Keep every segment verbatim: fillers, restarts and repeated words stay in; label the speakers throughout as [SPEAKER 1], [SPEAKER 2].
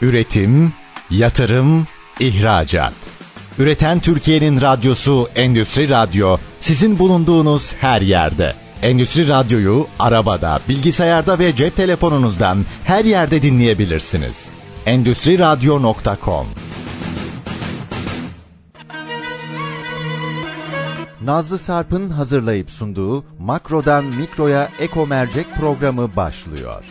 [SPEAKER 1] Üretim, yatırım, ihracat. Üreten Türkiye'nin radyosu Endüstri Radyo, sizin bulunduğunuz her yerde. Endüstri Radyo'yu arabada, bilgisayarda ve cep telefonunuzdan her yerde dinleyebilirsiniz. endüstri radyo nokta com. Nazlı Sarp'ın hazırlayıp sunduğu Makro'dan Mikro'ya Eko Mercek programı başlıyor.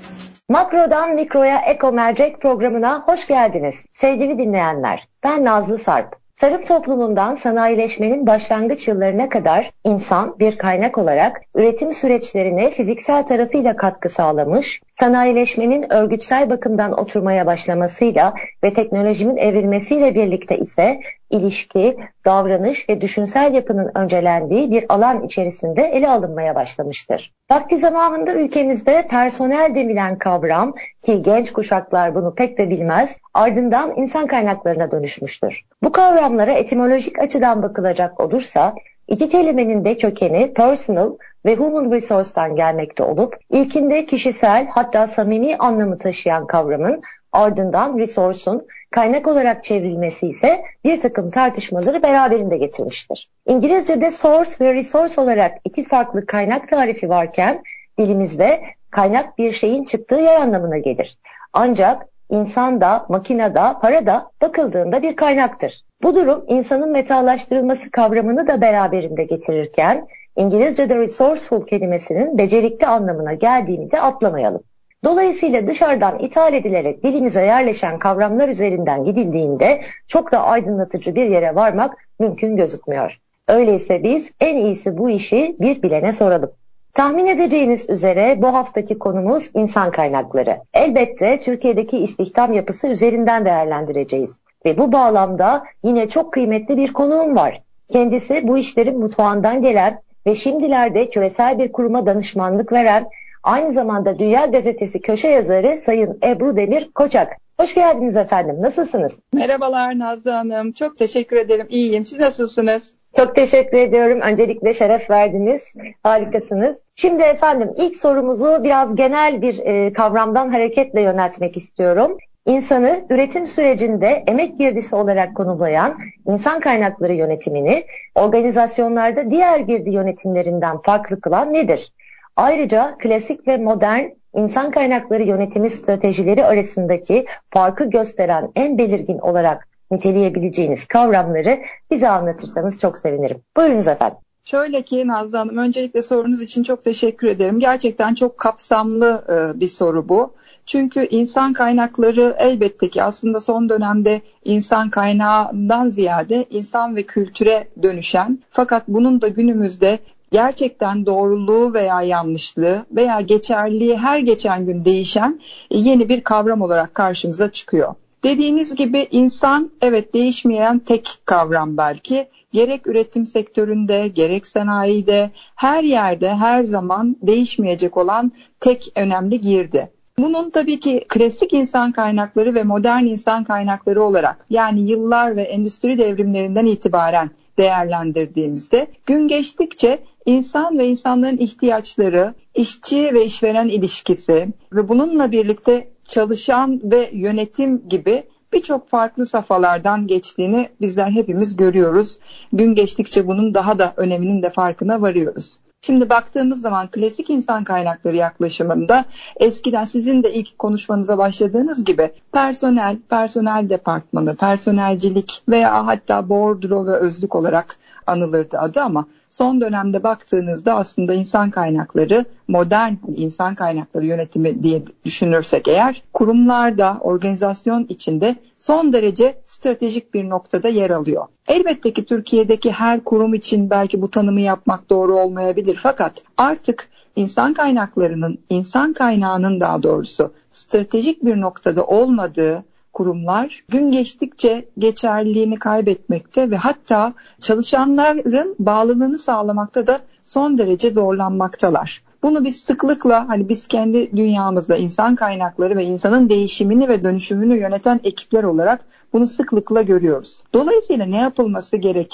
[SPEAKER 2] Makro'dan Mikro'ya Eko Mercek programına hoş geldiniz sevgili dinleyenler. Ben Nazlı Sarp. Tarım toplumundan sanayileşmenin başlangıç yıllarına kadar insan bir kaynak olarak üretim süreçlerine fiziksel tarafıyla katkı sağlamış, sanayileşmenin örgütsel bakımdan oturmaya başlamasıyla ve teknolojinin evrilmesiyle birlikte ise ilişki, davranış ve düşünsel yapının öncelendiği bir alan içerisinde ele alınmaya başlamıştır. Vakti zamanında ülkemizde personel denilen kavram, ki genç kuşaklar bunu pek de bilmez, ardından insan kaynaklarına dönüşmüştür. Bu kavramlara etimolojik açıdan bakılacak olursa, iki kelimenin de kökeni personal ve human resource'tan gelmekte olup, ilkinde kişisel hatta samimi anlamı taşıyan kavramın, ardından resource'un kaynak olarak çevrilmesi ise bir takım tartışmaları beraberinde getirmiştir. İngilizce'de source ve resource olarak iki farklı kaynak tarifi varken, dilimizde kaynak bir şeyin çıktığı yer anlamına gelir. Ancak insan da, makine da, para da bakıldığında bir kaynaktır. Bu durum insanın metalaştırılması kavramını da beraberinde getirirken, İngilizce'de resourceful kelimesinin becerikli anlamına geldiğini de atlamayalım. Dolayısıyla dışarıdan ithal edilerek dilimize yerleşen kavramlar üzerinden gidildiğinde çok da aydınlatıcı bir yere varmak mümkün gözükmüyor. Öyleyse biz en iyisi bu işi bir bilene soralım. Tahmin edeceğiniz üzere bu haftaki konumuz insan kaynakları. Elbette Türkiye'deki istihdam yapısı üzerinden değerlendireceğiz. Ve bu bağlamda yine çok kıymetli bir konuğum var. Kendisi bu işlerin mutfağından gelen ve şimdilerde küresel bir kuruma danışmanlık veren, aynı zamanda Dünya Gazetesi köşe yazarı Sayın Ebru Demir Koçak. Hoş geldiniz efendim. Nasılsınız?
[SPEAKER 3] Merhabalar Nazlı Hanım. Çok teşekkür ederim. İyiyim. Siz nasılsınız?
[SPEAKER 2] Çok teşekkür ediyorum. Öncelikle şeref verdiniz. Harikasınız. Şimdi efendim ilk sorumuzu biraz genel bir e, kavramdan hareketle yöneltmek istiyorum. İnsanı üretim sürecinde emek girdisi olarak konumlayan insan kaynakları yönetimini organizasyonlarda diğer girdi yönetimlerinden farklı kılan nedir? Ayrıca klasik ve modern insan kaynakları yönetimi stratejileri arasındaki farkı gösteren en belirgin olarak niteleyebileceğiniz kavramları bize anlatırsanız çok sevinirim. Buyurunuz efendim.
[SPEAKER 3] Şöyle ki Nazlı Hanım, öncelikle sorunuz için çok teşekkür ederim. Gerçekten çok kapsamlı bir soru bu. Çünkü insan kaynakları elbette ki aslında son dönemde insan kaynağından ziyade insan ve kültüre dönüşen, fakat bunun da günümüzde gerçekten doğruluğu veya yanlışlığı veya geçerliliği her geçen gün değişen yeni bir kavram olarak karşımıza çıkıyor. Dediğiniz gibi insan evet değişmeyen tek kavram belki. Gerek üretim sektöründe, gerek sanayide, her yerde her zaman değişmeyecek olan tek önemli girdi. Bunun tabii ki klasik insan kaynakları ve modern insan kaynakları olarak, yani yıllar ve endüstri devrimlerinden itibaren değerlendirdiğimizde gün geçtikçe insan ve insanların ihtiyaçları, işçi ve işveren ilişkisi ve bununla birlikte çalışan ve yönetim gibi birçok farklı safhalardan geçtiğini bizler hepimiz görüyoruz. Gün geçtikçe bunun daha da öneminin de farkına varıyoruz. Şimdi baktığımız zaman klasik insan kaynakları yaklaşımında eskiden sizin de ilk konuşmanıza başladığınız gibi personel, personel departmanı, personelcilik veya hatta bordro ve özlük olarak anılırdı adı, ama son dönemde baktığınızda aslında insan kaynakları, modern insan kaynakları yönetimi diye düşünürsek eğer, kurumlarda, organizasyon içinde son derece stratejik bir noktada yer alıyor. Elbette ki Türkiye'deki her kurum için belki bu tanımı yapmak doğru olmayabilir, fakat artık insan kaynaklarının, insan kaynağının daha doğrusu stratejik bir noktada olmadığı kurumlar gün geçtikçe geçerliliğini kaybetmekte ve hatta çalışanların bağlılığını sağlamakta da son derece zorlanmaktalar. Bunu biz sıklıkla, hani biz kendi dünyamızda insan kaynakları ve insanın değişimini ve dönüşümünü yöneten ekipler olarak bunu sıklıkla görüyoruz. Dolayısıyla ne yapılması gerekir?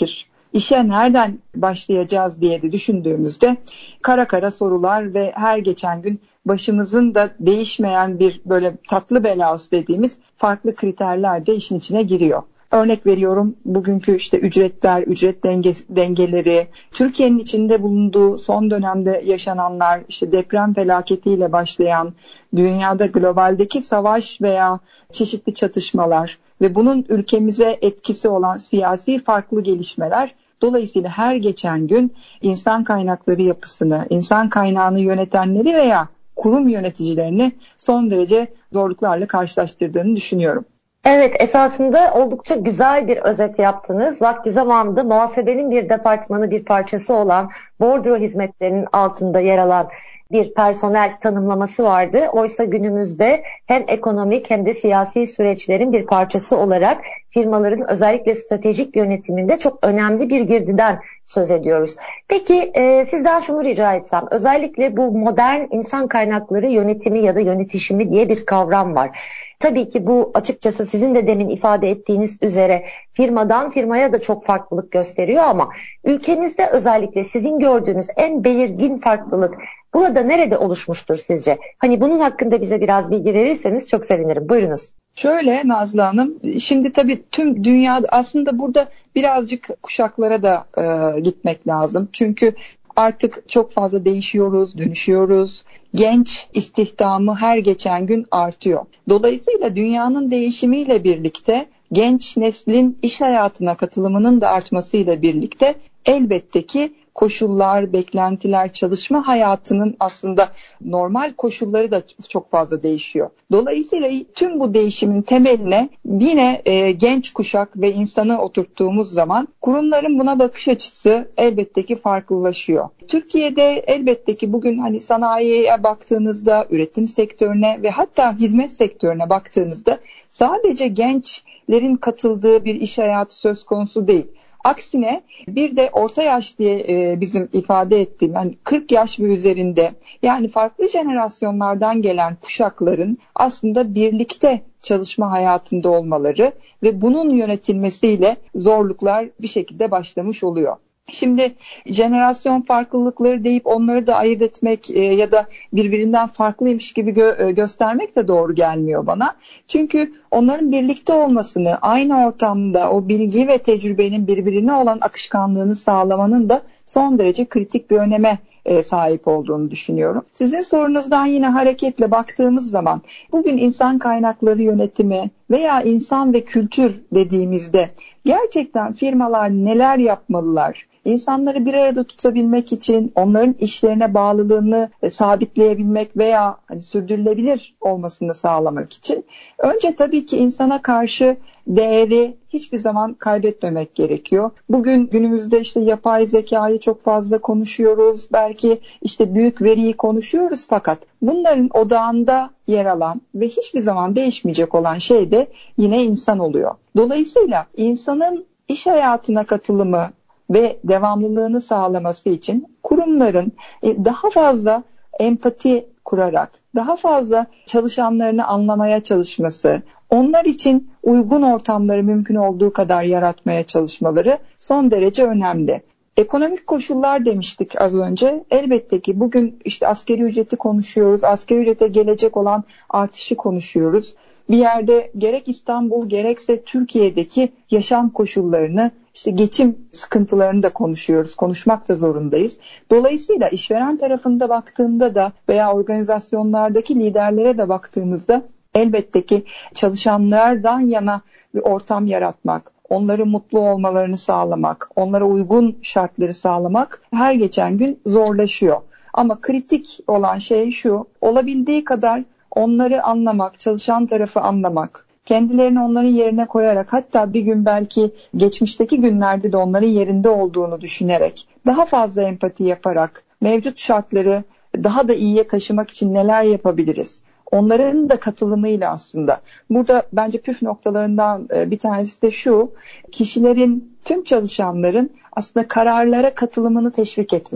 [SPEAKER 3] işe nereden başlayacağız diye de düşündüğümüzde kara kara sorular ve her geçen gün başımızın da değişmeyen bir böyle tatlı belası dediğimiz farklı kriterler de işin içine giriyor. Örnek veriyorum, bugünkü işte ücretler, ücret denge, dengeleri, Türkiye'nin içinde bulunduğu son dönemde yaşananlar, işte deprem felaketiyle başlayan dünyada globaldeki savaş veya çeşitli çatışmalar ve bunun ülkemize etkisi olan siyasi farklı gelişmeler. Dolayısıyla her geçen gün insan kaynakları yapısını, insan kaynağını yönetenleri veya kurum yöneticilerini son derece zorluklarla karşılaştırdığını düşünüyorum.
[SPEAKER 2] Evet, esasında oldukça güzel bir özet yaptınız. Vakti zamanında muhasebenin bir departmanı, bir parçası olan bordro hizmetlerinin altında yer alan bir personel tanımlaması vardı. Oysa günümüzde hem ekonomik hem de siyasi süreçlerin bir parçası olarak firmaların özellikle stratejik yönetiminde çok önemli bir girdiden söz ediyoruz. Peki e, sizden şunu rica etsem, özellikle bu modern insan kaynakları yönetimi ya da yönetişimi diye bir kavram var. Tabii ki bu açıkçası sizin de demin ifade ettiğiniz üzere firmadan firmaya da çok farklılık gösteriyor ama ülkemizde özellikle sizin gördüğünüz en belirgin farklılık burada nerede oluşmuştur sizce? Hani bunun hakkında bize biraz bilgi verirseniz çok sevinirim. Buyurunuz.
[SPEAKER 3] Şöyle Nazlı Hanım, şimdi tabii tüm dünyada aslında burada birazcık kuşaklara da e, gitmek lazım. Çünkü artık çok fazla değişiyoruz, dönüşüyoruz. Genç istihdamı her geçen gün artıyor. Dolayısıyla dünyanın değişimiyle birlikte genç neslin iş hayatına katılımının da artmasıyla birlikte elbette ki koşullar, beklentiler, çalışma hayatının aslında normal koşulları da çok fazla değişiyor. Dolayısıyla tüm bu değişimin temeline yine e, genç kuşak ve insanı oturttuğumuz zaman kurumların buna bakış açısı elbette ki farklılaşıyor. Türkiye'de elbette ki bugün hani sanayiye baktığınızda, üretim sektörüne ve hatta hizmet sektörüne baktığınızda sadece gençlerin katıldığı bir iş hayatı söz konusu değil. Aksine bir de orta yaş diye e, bizim ifade ettiğim yani kırk yaş ve üzerinde yani farklı jenerasyonlardan gelen kuşakların aslında birlikte çalışma hayatında olmaları ve bunun yönetilmesiyle zorluklar bir şekilde başlamış oluyor. Şimdi jenerasyon farklılıkları deyip onları da ayırt etmek e, ya da birbirinden farklıymış gibi gö- e, göstermek de doğru gelmiyor bana. Çünkü onların birlikte olmasını, aynı ortamda o bilgi ve tecrübenin birbirine olan akışkanlığını sağlamanın da son derece kritik bir öneme e, sahip olduğunu düşünüyorum. Sizin sorunuzdan yine hareketle baktığımız zaman bugün insan kaynakları yönetimi veya insan ve kültür dediğimizde gerçekten firmalar neler yapmalılar? İnsanları bir arada tutabilmek için onların işlerine bağlılığını sabitleyebilmek veya hani sürdürülebilir olmasını sağlamak için önce tabii ki insana karşı değeri hiçbir zaman kaybetmemek gerekiyor. Bugün günümüzde işte yapay zekayı çok fazla konuşuyoruz. Belki işte büyük veriyi konuşuyoruz fakat bunların odağında yer alan ve hiçbir zaman değişmeyecek olan şey de yine insan oluyor. Dolayısıyla insanın iş hayatına katılımı ve devamlılığını sağlaması için kurumların daha fazla empati kurarak, daha fazla çalışanlarını anlamaya çalışması, onlar için uygun ortamları mümkün olduğu kadar yaratmaya çalışmaları son derece önemli. Ekonomik koşullar demiştik az önce. Elbette ki bugün işte asgari ücreti konuşuyoruz, asgari ücrete gelecek olan artışı konuşuyoruz. Bir yerde gerek İstanbul gerekse Türkiye'deki yaşam koşullarını, işte geçim sıkıntılarını da konuşuyoruz, konuşmak da zorundayız. Dolayısıyla işveren tarafında baktığımda da veya organizasyonlardaki liderlere de baktığımızda elbette ki çalışanlardan yana bir ortam yaratmak, onların mutlu olmalarını sağlamak, onlara uygun şartları sağlamak her geçen gün zorlaşıyor. Ama kritik olan şey şu, olabildiği kadar onları anlamak, çalışan tarafı anlamak, kendilerini onların yerine koyarak hatta bir gün belki geçmişteki günlerde de onların yerinde olduğunu düşünerek, daha fazla empati yaparak mevcut şartları daha da iyiye taşımak için neler yapabiliriz? Onların da katılımıyla aslında. Burada bence püf noktalarından bir tanesi de şu, kişilerin, tüm çalışanların aslında kararlara katılımını teşvik etmek.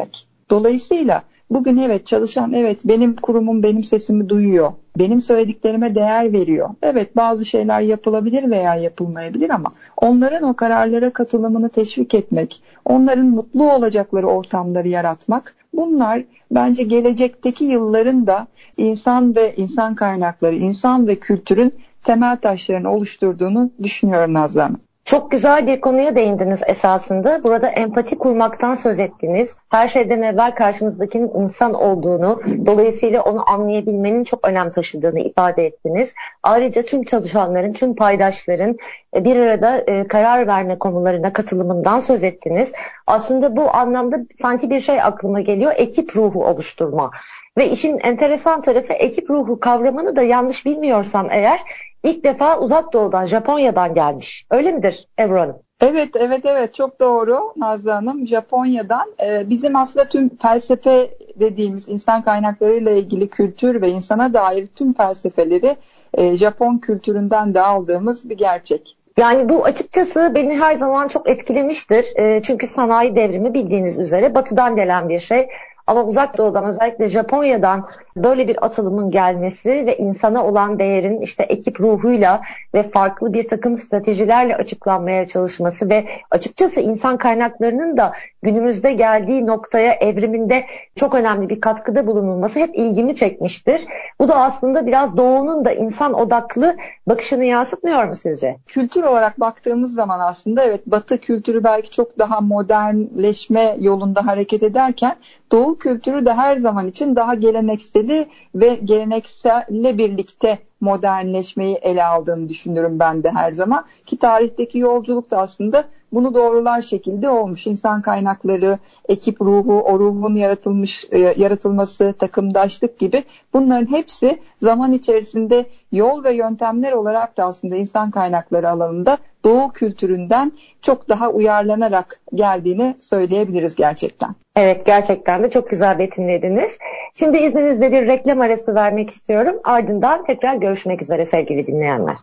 [SPEAKER 3] Dolayısıyla bugün evet çalışan, evet benim kurumum benim sesimi duyuyor, benim söylediklerime değer veriyor. Evet bazı şeyler yapılabilir veya yapılmayabilir ama onların o kararlara katılımını teşvik etmek, onların mutlu olacakları ortamları yaratmak, bunlar bence gelecekteki yılların da insan ve insan kaynakları, insan ve kültürün temel taşlarını oluşturduğunu düşünüyorum Nazlı Hanım.
[SPEAKER 2] Çok güzel bir konuya değindiniz esasında. Burada empati kurmaktan söz ettiniz. Her şeyden evvel karşımızdakinin insan olduğunu, dolayısıyla onu anlayabilmenin çok önem taşıdığını ifade ettiniz. Ayrıca tüm çalışanların, tüm paydaşların bir arada karar verme konularına katılımından söz ettiniz. Aslında bu anlamda sanki bir şey aklıma geliyor, ekip ruhu oluşturma. Ve işin enteresan tarafı ekip ruhu kavramını da yanlış bilmiyorsam eğer ilk defa Uzak Doğu'dan, Japonya'dan gelmiş. Öyle midir Ebru Hanım?
[SPEAKER 3] Evet, evet, evet. Çok doğru Nazlı Hanım. Japonya'dan. Ee, bizim aslında tüm felsefe dediğimiz insan kaynaklarıyla ilgili kültür ve insana dair tüm felsefeleri e, Japon kültüründen de aldığımız bir gerçek.
[SPEAKER 2] Yani bu açıkçası beni her zaman çok etkilemiştir. E, çünkü sanayi devrimi bildiğiniz üzere batıdan gelen bir şey. Ama Uzak Doğu'dan, özellikle Japonya'dan böyle bir atılımın gelmesi ve insana olan değerin işte ekip ruhuyla ve farklı bir takım stratejilerle açıklanmaya çalışması ve açıkçası insan kaynaklarının da günümüzde geldiği noktaya evriminde çok önemli bir katkıda bulunulması hep ilgimi çekmiştir. Bu da aslında biraz Doğu'nun da insan odaklı bakışını yansıtmıyor mu sizce?
[SPEAKER 3] Kültür olarak baktığımız zaman aslında evet Batı kültürü belki çok daha modernleşme yolunda hareket ederken Doğu kültürü de her zaman için daha gelenekseli ve gelenekselle birlikte modernleşmeyi ele aldığını düşünüyorum ben de her zaman. Ki tarihteki yolculuk da aslında bunu doğrular şekilde olmuş. İnsan kaynakları, ekip ruhu, o ruhun yaratılmış yaratılması, takımdaşlık gibi bunların hepsi zaman içerisinde yol ve yöntemler olarak da aslında insan kaynakları alanında Doğu kültüründen çok daha uyarlanarak geldiğini söyleyebiliriz gerçekten.
[SPEAKER 2] Evet, gerçekten de çok güzel betimlediniz. Şimdi izninizle bir reklam arası vermek istiyorum. Ardından tekrar görüşmek üzere sevgili dinleyenler.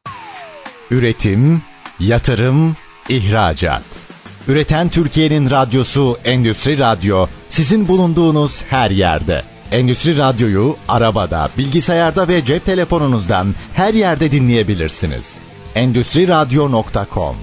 [SPEAKER 1] Üretim, yatırım, ihracat. Üreten Türkiye'nin radyosu Endüstri Radyo, sizin bulunduğunuz her yerde. Endüstri Radyo'yu arabada, bilgisayarda ve cep telefonunuzdan her yerde dinleyebilirsiniz. endüstri radyo nokta com.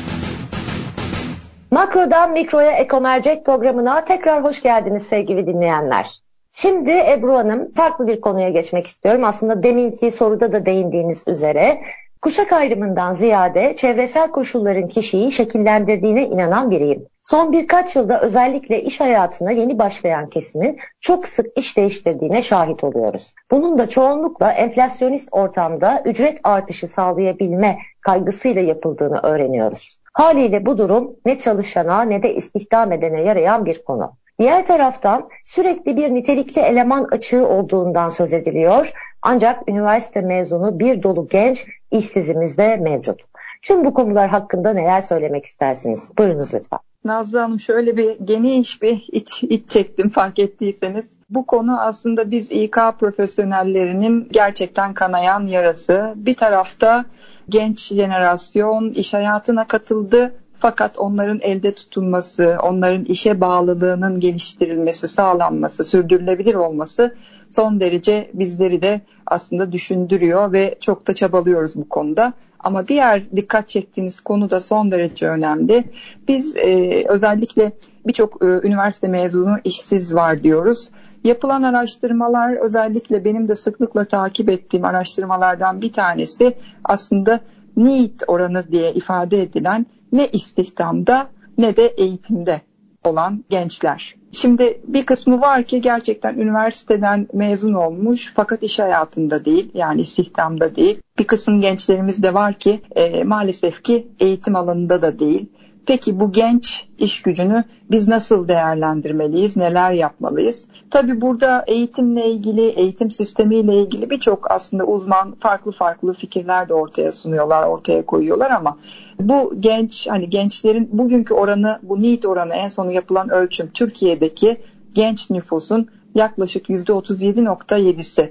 [SPEAKER 2] Makrodan Mikro'ya Ekomercek programına tekrar hoş geldiniz sevgili dinleyenler. Şimdi Ebru Hanım, farklı bir konuya geçmek istiyorum. Aslında deminki soruda da değindiğiniz üzere kuşak ayrımından ziyade çevresel koşulların kişiyi şekillendirdiğine inanan biriyim. Son birkaç yılda özellikle iş hayatına yeni başlayan kesimin çok sık iş değiştirdiğine şahit oluyoruz. Bunun da çoğunlukla enflasyonist ortamda ücret artışı sağlayabilme kaygısıyla yapıldığını öğreniyoruz. Haliyle bu durum ne çalışana ne de istihdam edene yarayan bir konu. Diğer taraftan sürekli bir nitelikli eleman açığı olduğundan söz ediliyor. Ancak üniversite mezunu bir dolu genç işsizimiz de mevcut. Tüm bu konular hakkında neler söylemek istersiniz? Buyurunuz lütfen.
[SPEAKER 3] Nazlı Hanım, şöyle bir geniş bir iç, iç çektim fark ettiyseniz. Bu konu aslında biz İK profesyonellerinin gerçekten kanayan yarası. Bir tarafta genç jenerasyon iş hayatına katıldı. Fakat onların elde tutulması, onların işe bağlılığının geliştirilmesi, sağlanması, sürdürülebilir olması son derece bizleri de aslında düşündürüyor ve çok da çabalıyoruz bu konuda. Ama diğer dikkat çektiğiniz konu da son derece önemli. Biz e, özellikle birçok e, üniversite mezunu işsiz var diyoruz. Yapılan araştırmalar, özellikle benim de sıklıkla takip ettiğim araştırmalardan bir tanesi aslında need oranı diye ifade edilen ne istihdamda ne de eğitimde olan gençler. Şimdi bir kısmı var ki gerçekten üniversiteden mezun olmuş fakat iş hayatında değil, yani istihdamda değil. Bir kısım gençlerimiz de var ki e, maalesef ki eğitim alanında da değil. Peki bu genç iş gücünü biz nasıl değerlendirmeliyiz, neler yapmalıyız? Tabii burada eğitimle ilgili, eğitim sistemiyle ilgili birçok aslında uzman farklı farklı fikirler de ortaya sunuyorlar, ortaya koyuyorlar ama bu genç, hani gençlerin bugünkü oranı, bu need oranı en sonu yapılan ölçüm Türkiye'deki genç nüfusun yaklaşık yüzde otuz yedi virgül yedisi.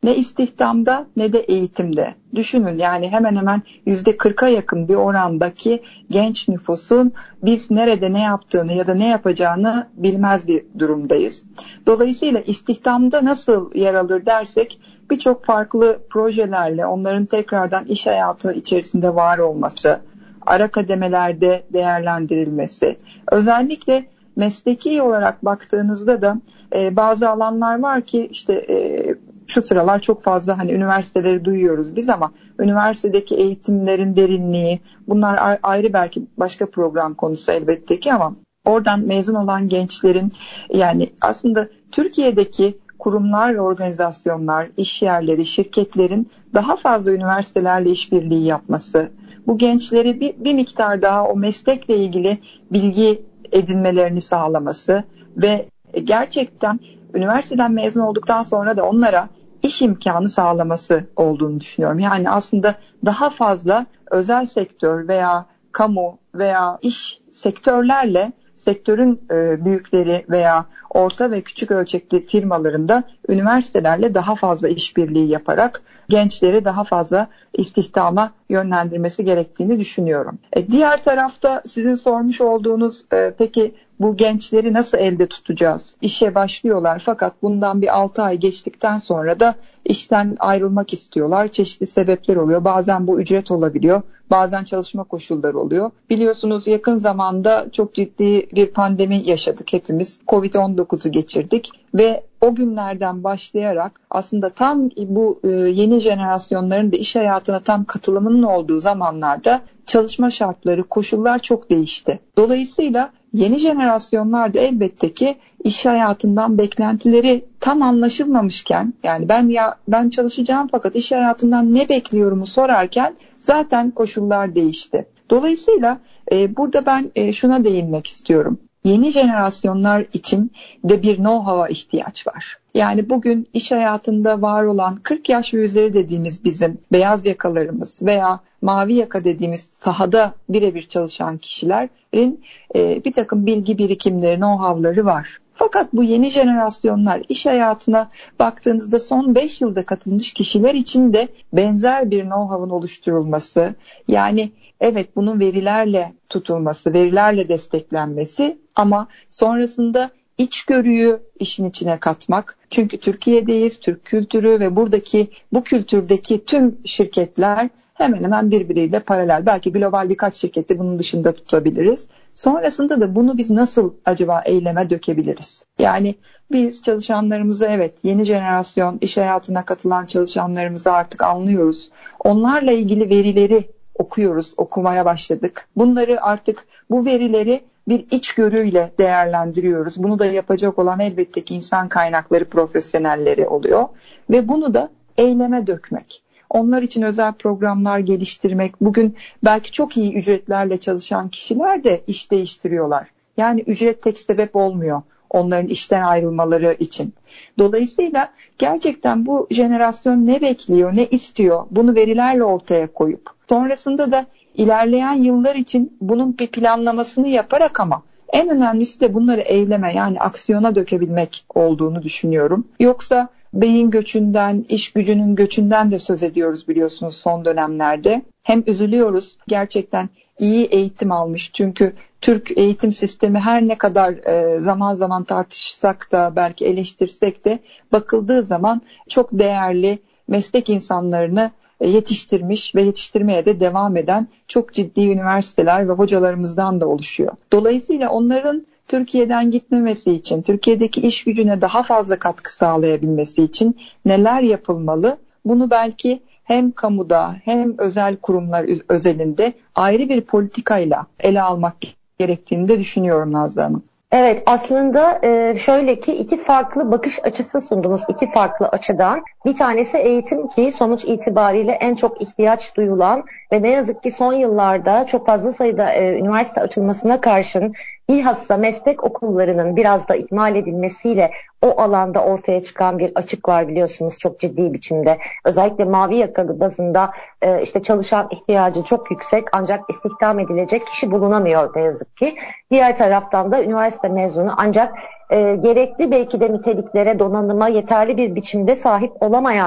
[SPEAKER 3] Ne istihdamda ne de eğitimde. Düşünün, yani hemen hemen yüzde kırka yakın bir orandaki genç nüfusun biz nerede ne yaptığını ya da ne yapacağını bilmez bir durumdayız. Dolayısıyla istihdamda nasıl yer alır dersek, birçok farklı projelerle onların tekrardan iş hayatı içerisinde var olması, ara kademelerde değerlendirilmesi, özellikle mesleki olarak baktığınızda da e, bazı alanlar var ki işte e, şu sıralar çok fazla hani üniversiteleri duyuyoruz biz, ama üniversitedeki eğitimlerin derinliği, bunlar ayrı belki başka program konusu elbette ki, ama oradan mezun olan gençlerin, yani aslında Türkiye'deki kurumlar ve organizasyonlar, iş yerleri, şirketlerin daha fazla üniversitelerle işbirliği yapması, bu gençleri bir, bir miktar daha o meslekle ilgili bilgi edinmelerini sağlaması ve gerçekten üniversiteden mezun olduktan sonra da onlara iş imkanı sağlaması olduğunu düşünüyorum. Yani aslında daha fazla özel sektör veya kamu veya iş sektörlerle, sektörün büyükleri veya orta ve küçük ölçekli firmalarında üniversitelerle daha fazla işbirliği yaparak gençleri daha fazla istihdama yönlendirmesi gerektiğini düşünüyorum. E, diğer tarafta sizin sormuş olduğunuz e, peki bu gençleri nasıl elde tutacağız? İşe başlıyorlar fakat bundan bir altı ay geçtikten sonra da işten ayrılmak istiyorlar. Çeşitli sebepler oluyor. Bazen bu ücret olabiliyor. Bazen çalışma koşulları oluyor. Biliyorsunuz yakın zamanda çok ciddi bir pandemi yaşadık hepimiz. kovid on dokuzu geçirdik ve o günlerden başlayarak aslında tam bu yeni jenerasyonların da iş hayatına tam katılımının olduğu zamanlarda çalışma şartları, koşullar çok değişti. Dolayısıyla yeni jenerasyonlar da elbette ki iş hayatından beklentileri tam anlaşılmamışken, yani ben ya ben çalışacağım fakat iş hayatından ne bekliyorumu sorarken zaten koşullar değişti. Dolayısıyla e, burada ben e, şuna değinmek istiyorum. Yeni jenerasyonlar için de bir know-how'a ihtiyaç var. Yani bugün iş hayatında var olan kırk yaş ve üzeri dediğimiz bizim beyaz yakalarımız veya mavi yaka dediğimiz sahada birebir çalışan kişilerin e, bir takım bilgi birikimleri, know-how'ları var. Fakat bu yeni jenerasyonlar iş hayatına baktığınızda son beş yılda katılmış kişiler için de benzer bir know-how'un oluşturulması, yani evet bunun verilerle tutulması, verilerle desteklenmesi, ama sonrasında içgörüyü işin içine katmak. Çünkü Türkiye'deyiz, Türk kültürü ve buradaki bu kültürdeki tüm şirketler hemen hemen birbiriyle paralel. Belki global birkaç şirketi bunun dışında tutabiliriz. Sonrasında da bunu biz nasıl acaba eyleme dökebiliriz? Yani biz çalışanlarımızı, evet, yeni jenerasyon iş hayatına katılan çalışanlarımızı artık anlıyoruz. Onlarla ilgili verileri okuyoruz, okumaya başladık. Bunları artık, bu verileri bir içgörüyle değerlendiriyoruz. Bunu da yapacak olan elbette ki insan kaynakları profesyonelleri oluyor. Ve bunu da eyleme dökmek. Onlar için özel programlar geliştirmek. Bugün belki çok iyi ücretlerle çalışan kişiler de iş değiştiriyorlar. Yani ücret tek sebep olmuyor onların işten ayrılmaları için. Dolayısıyla gerçekten bu jenerasyon ne bekliyor, ne istiyor, bunu verilerle ortaya koyup sonrasında da ilerleyen yıllar için bunun bir planlamasını yaparak, ama en önemlisi de bunları eyleme, yani aksiyona dökebilmek olduğunu düşünüyorum. Yoksa beyin göçünden, iş gücünün göçünden de söz ediyoruz biliyorsunuz son dönemlerde. Hem üzülüyoruz, gerçekten iyi eğitim almış, çünkü Türk eğitim sistemi her ne kadar zaman zaman tartışsak da belki eleştirsek de bakıldığı zaman çok değerli meslek insanlarını yetiştirmiş ve yetiştirmeye de devam eden çok ciddi üniversiteler ve hocalarımızdan da oluşuyor. Dolayısıyla onların Türkiye'den gitmemesi için, Türkiye'deki iş gücüne daha fazla katkı sağlayabilmesi için neler yapılmalı? Bunu belki hem kamuda hem özel kurumlar özelinde ayrı bir politikayla ele almak gerektiğini de düşünüyorum Nazlı Hanım.
[SPEAKER 2] Evet, aslında şöyle ki iki farklı bakış açısı sundunuz, iki farklı açıdan. Bir tanesi eğitim ki sonuç itibariyle en çok ihtiyaç duyulan ve ne yazık ki son yıllarda çok fazla sayıda üniversite açılmasına karşın bilhassa meslek okullarının biraz da ihmal edilmesiyle o alanda ortaya çıkan bir açık var biliyorsunuz çok ciddi biçimde. Özellikle mavi yakalı bazında işte çalışan ihtiyacı çok yüksek ancak istihdam edilecek kişi bulunamıyor ne yazık ki. Diğer taraftan da üniversite mezunu ancak e, gerekli belki de niteliklere, donanıma yeterli bir biçimde sahip olamayan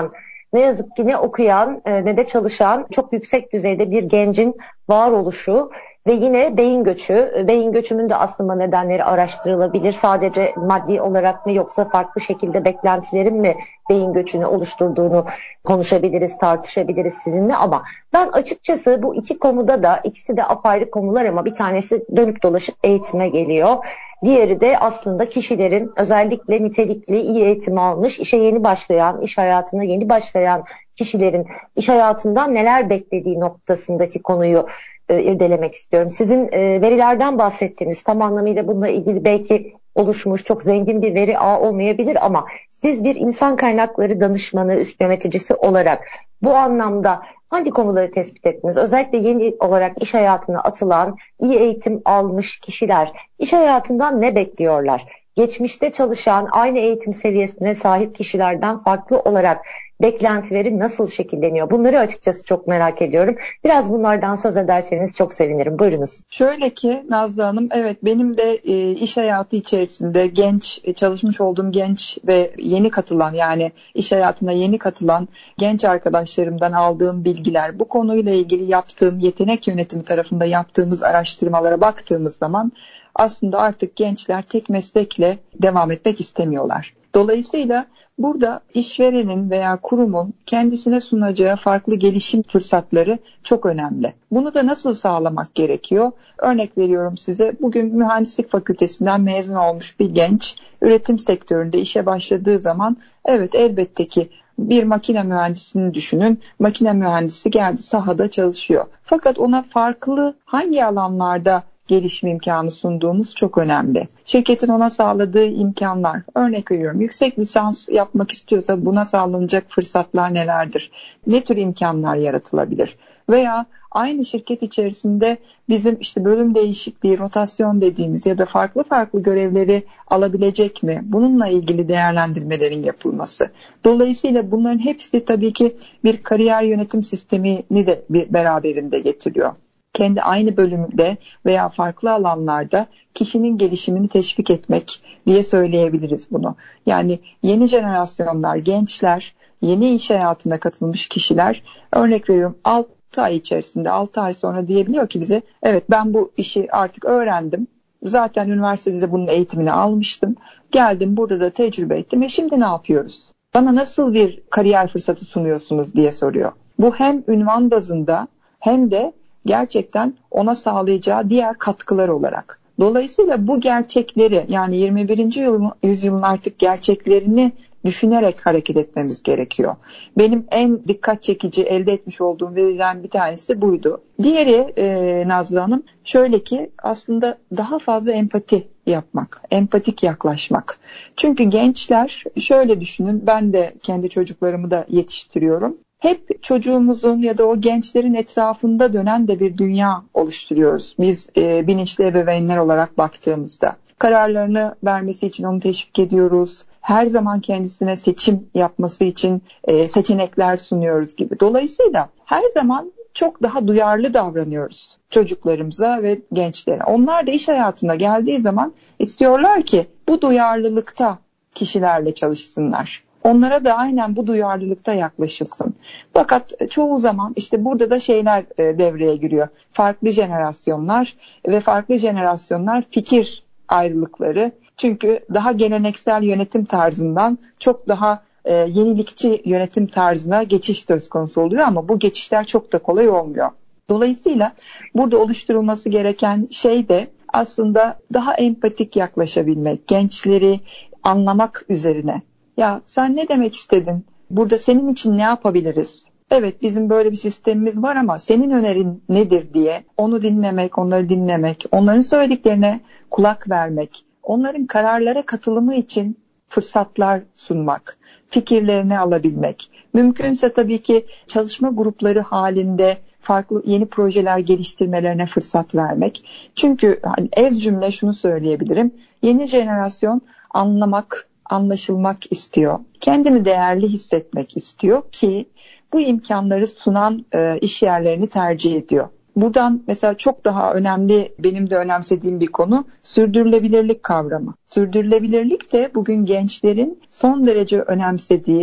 [SPEAKER 2] ne yazık ki ne okuyan ne de çalışan çok yüksek düzeyde bir gencin varoluşu ve yine beyin göçü. Beyin göçünün de aslında nedenleri araştırılabilir. Sadece maddi olarak mı yoksa farklı şekilde beklentilerin mi beyin göçünü oluşturduğunu konuşabiliriz, tartışabiliriz sizinle ama ben açıkçası bu iki konuda da ikisi de apayrı konular ama bir tanesi dönüp dolaşıp eğitime geliyor. Diğeri de aslında kişilerin özellikle nitelikli, iyi eğitim almış, işe yeni başlayan, iş hayatına yeni başlayan kişilerin iş hayatından neler beklediği noktasındaki konuyu e, irdelemek istiyorum. Sizin e, verilerden bahsettiniz. Tam anlamıyla bununla ilgili belki oluşmuş çok zengin bir veri ağı olmayabilir ama siz bir insan kaynakları danışmanı, üst yöneticisi olarak bu anlamda hangi konuları tespit ettiniz? Özellikle yeni olarak iş hayatına atılan, iyi eğitim almış kişiler iş hayatından ne bekliyorlar? Geçmişte çalışan, aynı eğitim seviyesine sahip kişilerden farklı olarak beklentileri nasıl şekilleniyor? Bunları açıkçası çok merak ediyorum. Biraz bunlardan söz ederseniz çok sevinirim. Buyurunuz.
[SPEAKER 3] Şöyle ki Nazlı Hanım, evet benim de e, iş hayatı içerisinde genç, e, çalışmış olduğum genç ve yeni katılan yani iş hayatına yeni katılan genç arkadaşlarımdan aldığım bilgiler, bu konuyla ilgili yaptığım yetenek yönetimi tarafında yaptığımız araştırmalara baktığımız zaman aslında artık gençler tek meslekle devam etmek istemiyorlar. Dolayısıyla burada işverenin veya kurumun kendisine sunacağı farklı gelişim fırsatları çok önemli. Bunu da nasıl sağlamak gerekiyor? Örnek veriyorum size, bugün mühendislik fakültesinden mezun olmuş bir genç üretim sektöründe işe başladığı zaman evet elbette ki bir makine mühendisini düşünün. Makine mühendisi geldi, sahada çalışıyor. Fakat ona farklı hangi alanlarda gelişim imkanı sunduğumuz çok önemli. Şirketin ona sağladığı imkanlar, örnek veriyorum, yüksek lisans yapmak istiyorsa buna sağlanacak fırsatlar nelerdir? Ne tür imkanlar yaratılabilir? Veya aynı şirket içerisinde bizim işte bölüm değişikliği, rotasyon dediğimiz ya da farklı farklı görevleri alabilecek mi? Bununla ilgili değerlendirmelerin yapılması. Dolayısıyla bunların hepsi tabii ki bir kariyer yönetim sistemini de bir beraberinde getiriyor. Kendi aynı bölümde veya farklı alanlarda kişinin gelişimini teşvik etmek diye söyleyebiliriz bunu. Yani yeni jenerasyonlar, gençler, yeni iş hayatına katılmış kişiler, örnek veriyorum altı ay içerisinde, altı ay sonra diyebiliyor ki bize, evet ben bu işi artık öğrendim. Zaten üniversitede de bunun eğitimini almıştım. Geldim, burada da tecrübe ettim ve şimdi ne yapıyoruz? Bana nasıl bir kariyer fırsatı sunuyorsunuz diye soruyor. Bu hem ünvan bazında hem de gerçekten ona sağlayacağı diğer katkılar olarak. Dolayısıyla bu gerçekleri, yani yirmi birinci yüzyılın artık gerçeklerini düşünerek hareket etmemiz gerekiyor. Benim en dikkat çekici elde etmiş olduğum verilen bir tanesi buydu. Diğeri e, Nazlı Hanım, şöyle ki aslında daha fazla empati yapmak, empatik yaklaşmak. Çünkü gençler, şöyle düşünün, ben de kendi çocuklarımı da yetiştiriyorum. Hep çocuğumuzun ya da o gençlerin etrafında dönen de bir dünya oluşturuyoruz. Biz e, bilinçli ebeveynler olarak baktığımızda. Kararlarını vermesi için onu teşvik ediyoruz. Her zaman kendisine seçim yapması için e, seçenekler sunuyoruz gibi. Dolayısıyla her zaman çok daha duyarlı davranıyoruz çocuklarımıza ve gençlere. Onlar da iş hayatına geldiği zaman istiyorlar ki bu duyarlılıkta kişilerle çalışsınlar. Onlara da aynen bu duyarlılıkta yaklaşılsın. Fakat çoğu zaman işte burada da şeyler devreye giriyor. Farklı jenerasyonlar ve farklı jenerasyonlar fikir ayrılıkları. Çünkü daha geleneksel yönetim tarzından çok daha e, yenilikçi yönetim tarzına geçiş söz konusu oluyor ama bu geçişler çok da kolay olmuyor. Dolayısıyla burada oluşturulması gereken şey de aslında daha empatik yaklaşabilmek, gençleri anlamak üzerine. Ya sen ne demek istedin? Burada senin için ne yapabiliriz? Evet, bizim böyle bir sistemimiz var ama senin önerin nedir diye onu dinlemek, onları dinlemek, onların söylediklerine kulak vermek, onların kararlara katılımı için fırsatlar sunmak, fikirlerini alabilmek. Mümkünse tabii ki çalışma grupları halinde farklı yeni projeler geliştirmelerine fırsat vermek. Çünkü hani ez cümle şunu söyleyebilirim. Yeni jenerasyon anlamak, anlaşılmak istiyor. Kendini değerli hissetmek istiyor ki bu imkanları sunan e, iş yerlerini tercih ediyor. Buradan mesela çok daha önemli, benim de önemsediğim bir konu sürdürülebilirlik kavramı. Sürdürülebilirlik de bugün gençlerin son derece önemsediği,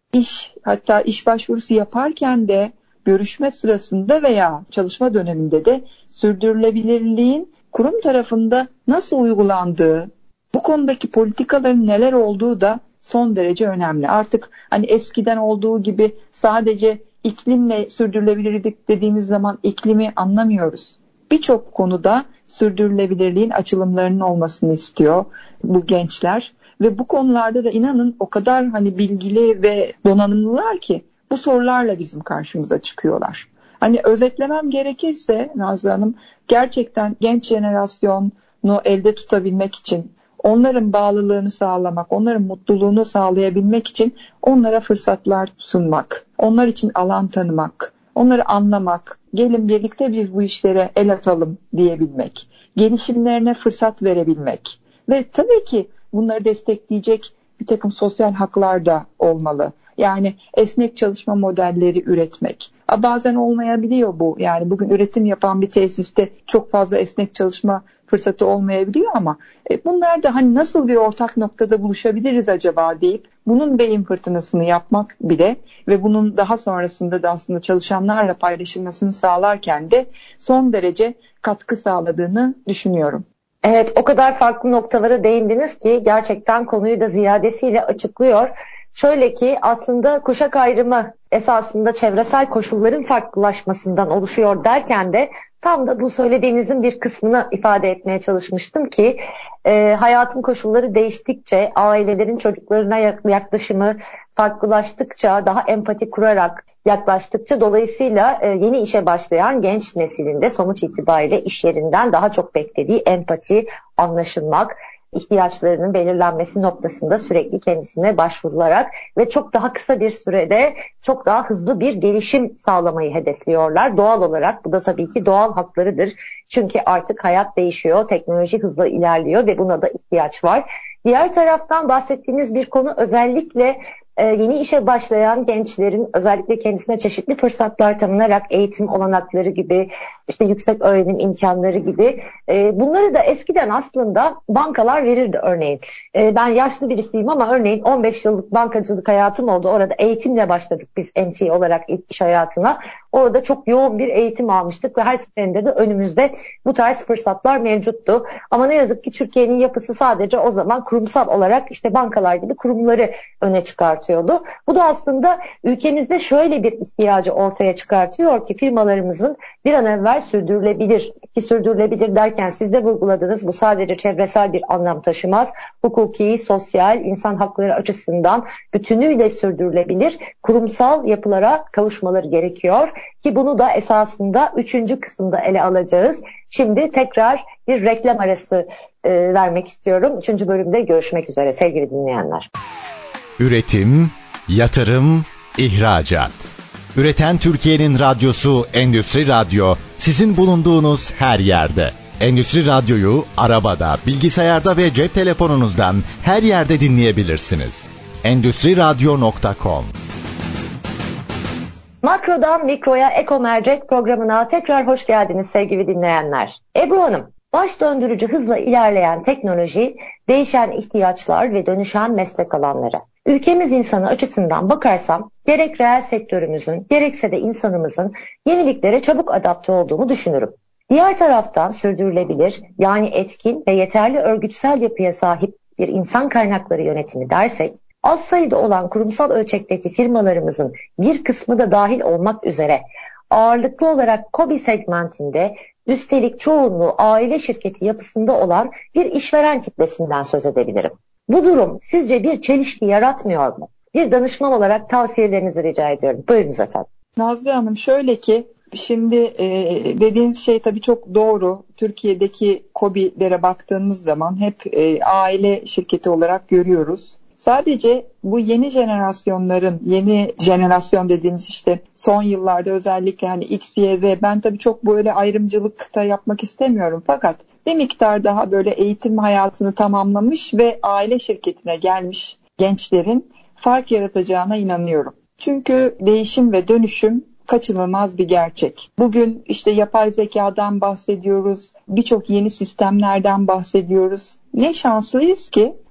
[SPEAKER 3] iş, hatta iş başvurusu yaparken de, görüşme sırasında veya çalışma döneminde de sürdürülebilirliğin kurum tarafında nasıl uygulandığı, bu konudaki politikaların neler olduğu da son derece önemli. Artık hani eskiden olduğu gibi sadece iklimle sürdürülebilirlik dediğimiz zaman iklimi anlamıyoruz. Birçok konuda sürdürülebilirliğin açılımlarının olmasını istiyor bu gençler ve bu konularda da inanın o kadar hani bilgili ve donanımlılar ki bu sorularla bizim karşımıza çıkıyorlar. Hani özetlemem gerekirse Nazlı Hanım, gerçekten genç jenerasyonu elde tutabilmek için, onların bağlılığını sağlamak, onların mutluluğunu sağlayabilmek için onlara fırsatlar sunmak, onlar için alan tanımak, onları anlamak, gelin birlikte biz bu işlere el atalım diyebilmek, gelişimlerine fırsat verebilmek ve tabii ki bunları destekleyecek bir takım sosyal haklar da olmalı. Yani esnek çalışma modelleri üretmek. Bazen olmayabiliyor bu. Yani bugün üretim yapan bir tesiste çok fazla esnek çalışma fırsatı olmayabiliyor ama bunlar da hani nasıl bir ortak noktada buluşabiliriz acaba deyip bunun beyin fırtınasını yapmak bile ve bunun daha sonrasında da aslında çalışanlarla paylaşılmasını sağlarken de son derece katkı sağladığını düşünüyorum.
[SPEAKER 2] Evet, o kadar farklı noktalara değindiniz ki gerçekten konuyu da ziyadesiyle açıklıyor. Şöyle ki aslında kuşak ayrımı esasında çevresel koşulların farklılaşmasından oluşuyor derken de tam da bu söylediğinizin bir kısmını ifade etmeye çalışmıştım ki e, hayatın koşulları değiştikçe, ailelerin çocuklarına yaklaşımı farklılaştıkça, daha empati kurarak yaklaştıkça dolayısıyla e, yeni işe başlayan genç neslinde sonuç itibariyle iş yerinden daha çok beklediği empati, anlaşılmak, ihtiyaçlarının belirlenmesi noktasında sürekli kendisine başvurularak ve çok daha kısa bir sürede çok daha hızlı bir gelişim sağlamayı hedefliyorlar. Doğal olarak bu da tabii ki doğal haklarıdır. Çünkü artık hayat değişiyor, teknoloji hızla ilerliyor ve buna da ihtiyaç var. Diğer taraftan bahsettiğiniz bir konu özellikle yeni işe başlayan gençlerin özellikle kendisine çeşitli fırsatlar tanınarak eğitim olanakları gibi, işte yüksek öğrenim imkanları gibi bunları da eskiden aslında bankalar verirdi örneğin. Ben yaşlı birisiyim ama örneğin on beş yıllık bankacılık hayatım oldu. Orada eğitimle başladık biz M T olarak ilk iş hayatına. Orada çok yoğun bir eğitim almıştık ve her seferinde de önümüzde bu tarz fırsatlar mevcuttu. Ama ne yazık ki Türkiye'nin yapısı sadece o zaman kurumsal olarak işte bankalar gibi kurumları öne çıkartıyordu. Bu da aslında ülkemizde şöyle bir ihtiyacı ortaya çıkartıyor ki firmalarımızın bir an evvel sürdürülebilir, ki sürdürülebilir derken siz de vurguladınız, bu sadece çevresel bir anlam taşımaz. Hukuki, sosyal, insan hakları açısından bütünüyle sürdürülebilir kurumsal yapılara kavuşmaları gerekiyor ki bunu da esasında üçüncü kısımda ele alacağız. Şimdi tekrar bir reklam arası e, vermek istiyorum. Üçüncü bölümde görüşmek üzere sevgili dinleyenler.
[SPEAKER 1] Üretim, yatırım, ihracat. Üreten Türkiye'nin radyosu Endüstri Radyo, sizin bulunduğunuz her yerde. Endüstri Radyo'yu arabada, bilgisayarda ve cep telefonunuzdan her yerde dinleyebilirsiniz. endüstri radyo nokta com.
[SPEAKER 2] Makrodan Mikro'ya Eko Mercek programına tekrar hoş geldiniz sevgili dinleyenler. Ebru Hanım, baş döndürücü hızla ilerleyen teknoloji, değişen ihtiyaçlar ve dönüşen meslek alanları. Ülkemiz insanı açısından bakarsam gerek reel sektörümüzün gerekse de insanımızın yeniliklere çabuk adapte olduğunu düşünürüm. Diğer taraftan sürdürülebilir, yani etkin ve yeterli örgütsel yapıya sahip bir insan kaynakları yönetimi dersek, az sayıda olan kurumsal ölçekteki firmalarımızın bir kısmı da dahil olmak üzere ağırlıklı olarak KOBİ segmentinde, üstelik çoğunluğu aile şirketi yapısında olan bir işveren kitlesinden söz edebilirim. Bu durum sizce bir çelişki yaratmıyor mu? Bir danışman olarak tavsiyelerinizi rica ediyorum. Buyurunuz efendim.
[SPEAKER 3] Nazlı Hanım, şöyle ki şimdi e, dediğiniz şey tabii çok doğru. Türkiye'deki KOBİ'lere baktığımız zaman hep e, aile şirketi olarak görüyoruz. Sadece bu yeni jenerasyonların, yeni jenerasyon dediğimiz işte son yıllarda özellikle hani X, Y, Z, ben tabii çok böyle ayrımcılık da yapmak istemiyorum. Fakat bir miktar daha böyle eğitim hayatını tamamlamış ve aile şirketine gelmiş gençlerin fark yaratacağına inanıyorum. Çünkü değişim ve dönüşüm kaçınılmaz bir gerçek. Bugün işte yapay zekadan bahsediyoruz, birçok yeni sistemlerden bahsediyoruz. Ne şanslıyız ki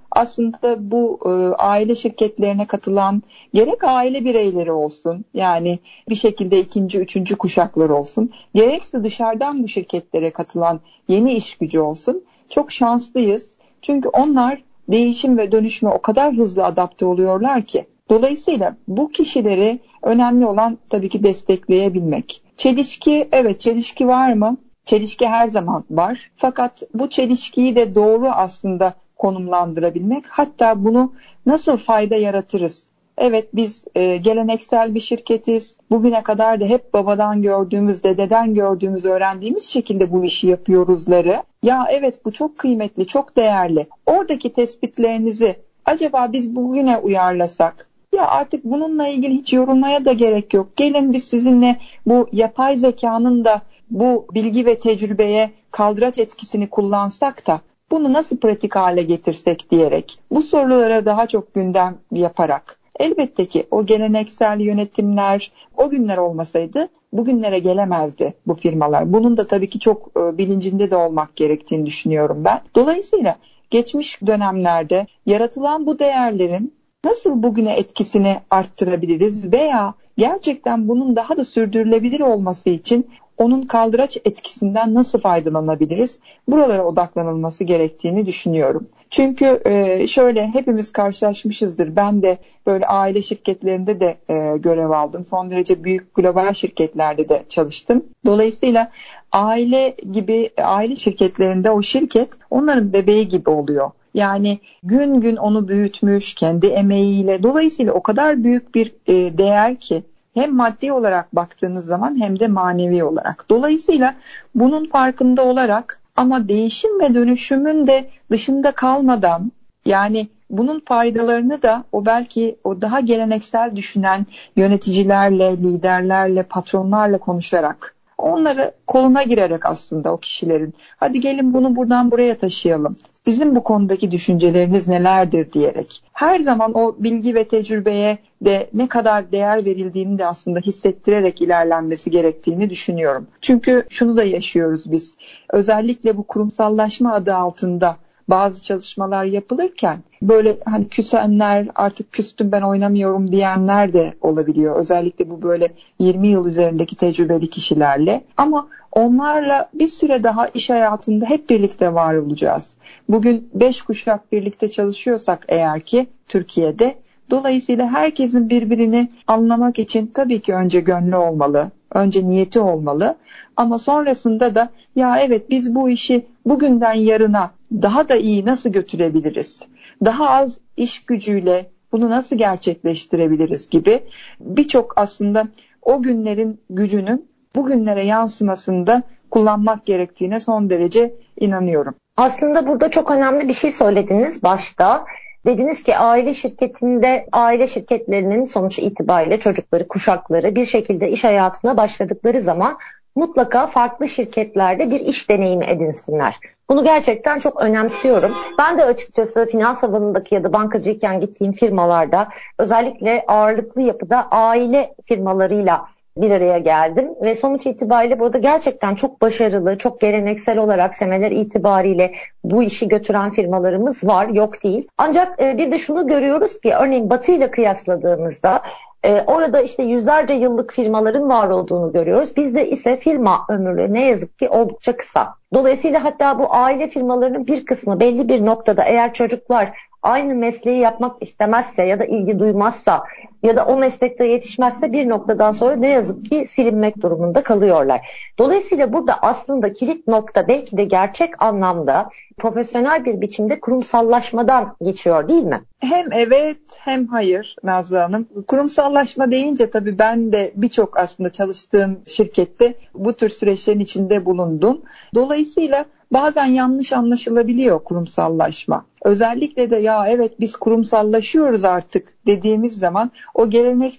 [SPEAKER 3] aslında bu e, aile şirketlerine katılan gerek aile bireyleri olsun, yani bir şekilde ikinci, üçüncü kuşaklar olsun, gerekse dışarıdan bu şirketlere katılan yeni iş gücü olsun, çok şanslıyız. Çünkü onlar değişim ve dönüşme o kadar hızlı adapte oluyorlar ki. Dolayısıyla bu kişileri önemli olan tabii ki destekleyebilmek. Çelişki, evet çelişki var mı? Çelişki her zaman var. Fakat bu çelişkiyi de doğru aslında konumlandırabilmek, hatta bunu nasıl fayda yaratırız? Evet, biz e, geleneksel bir şirketiz. Bugüne kadar da hep babadan gördüğümüz, dededen gördüğümüz, öğrendiğimiz şekilde bu işi yapıyoruzları. Ya evet, bu çok kıymetli, çok değerli. Oradaki tespitlerinizi acaba biz bugüne uyarlasak? Ya artık bununla ilgili hiç yorulmaya da gerek yok. Gelin biz sizinle bu yapay zekanın da bu bilgi ve tecrübeye kaldıraç etkisini kullansak da bunu nasıl pratik hale getirsek diyerek, bu sorulara daha çok gündem yaparak, elbette ki o geleneksel yönetimler o günler olmasaydı bugünlere gelemezdi bu firmalar. Bunun da tabii ki çok bilincinde de olmak gerektiğini düşünüyorum ben. Dolayısıyla geçmiş dönemlerde yaratılan bu değerlerin nasıl bugüne etkisini arttırabiliriz veya gerçekten bunun daha da sürdürülebilir olması için onun kaldıraç etkisinden nasıl faydalanabiliriz? Buralara odaklanılması gerektiğini düşünüyorum. Çünkü şöyle, hepimiz karşılaşmışızdır. Ben de böyle aile şirketlerinde de görev aldım. Son derece büyük global şirketlerde de çalıştım. Dolayısıyla aile gibi, aile şirketlerinde o şirket onların bebeği gibi oluyor. Yani gün gün onu büyütmüş kendi emeğiyle. Dolayısıyla o kadar büyük bir değer ki, hem maddi olarak baktığınız zaman hem de manevi olarak. Dolayısıyla bunun farkında olarak ama değişim ve dönüşümün de dışında kalmadan, yani bunun faydalarını da o belki o daha geleneksel düşünen yöneticilerle, liderlerle, patronlarla konuşarak, onları koluna girerek aslında o kişilerin, hadi gelin bunu buradan buraya taşıyalım, sizin bu konudaki düşünceleriniz nelerdir diyerek, her zaman o bilgi ve tecrübeye de ne kadar değer verildiğini de aslında hissettirerek ilerlenmesi gerektiğini düşünüyorum. Çünkü şunu da yaşıyoruz biz, özellikle bu kurumsallaşma adı altında bazı çalışmalar yapılırken böyle hani küsenler, artık küstüm ben oynamıyorum diyenler de olabiliyor. Özellikle bu böyle yirmi yıl üzerindeki tecrübeli kişilerle. Ama onlarla bir süre daha iş hayatında hep birlikte var olacağız. Bugün beş kuşak birlikte çalışıyorsak eğer ki Türkiye'de, dolayısıyla herkesin birbirini anlamak için tabii ki önce gönlü olmalı, önce niyeti olmalı. Ama sonrasında da ya evet, biz bu işi bugünden yarına daha da iyi nasıl götürebiliriz? Daha az iş gücüyle bunu nasıl gerçekleştirebiliriz gibi birçok aslında o günlerin gücünün bugünlere yansımasında kullanmak gerektiğine son derece inanıyorum.
[SPEAKER 2] Aslında burada çok önemli bir şey söylediniz başta. Dediniz ki aile şirketinde, aile şirketlerinin sonuç itibariyle çocukları, kuşakları bir şekilde iş hayatına başladıkları zaman mutlaka farklı şirketlerde bir iş deneyimi edinsinler. Bunu gerçekten çok önemsiyorum. Ben de açıkçası finans alanındaki ya da bankacıyken gittiğim firmalarda özellikle ağırlıklı yapıda aile firmalarıyla bir araya geldim ve sonuç itibariyle burada gerçekten çok başarılı, çok geleneksel olarak semeler itibariyle bu işi götüren firmalarımız var, yok değil. Ancak bir de şunu görüyoruz ki örneğin Batı ile kıyasladığımızda Ee, orada işte yüzlerce yıllık firmaların var olduğunu görüyoruz. Bizde ise firma ömrü ne yazık ki oldukça kısa. Dolayısıyla hatta bu aile firmalarının bir kısmı belli bir noktada, eğer çocuklar aynı mesleği yapmak istemezse ya da ilgi duymazsa ya da o meslekte yetişmezse bir noktadan sonra ne yazık ki silinmek durumunda kalıyorlar. Dolayısıyla burada aslında kilit nokta belki de gerçek anlamda profesyonel bir biçimde kurumsallaşmadan geçiyor, değil mi?
[SPEAKER 3] Hem evet hem hayır Nazlı Hanım. Kurumsallaşma deyince tabii ben de birçok aslında çalıştığım şirkette bu tür süreçlerin içinde bulundum. Dolayısıyla bazen yanlış anlaşılabiliyor kurumsallaşma. Özellikle de ya evet biz kurumsallaşıyoruz artık dediğimiz zaman o gelenekçi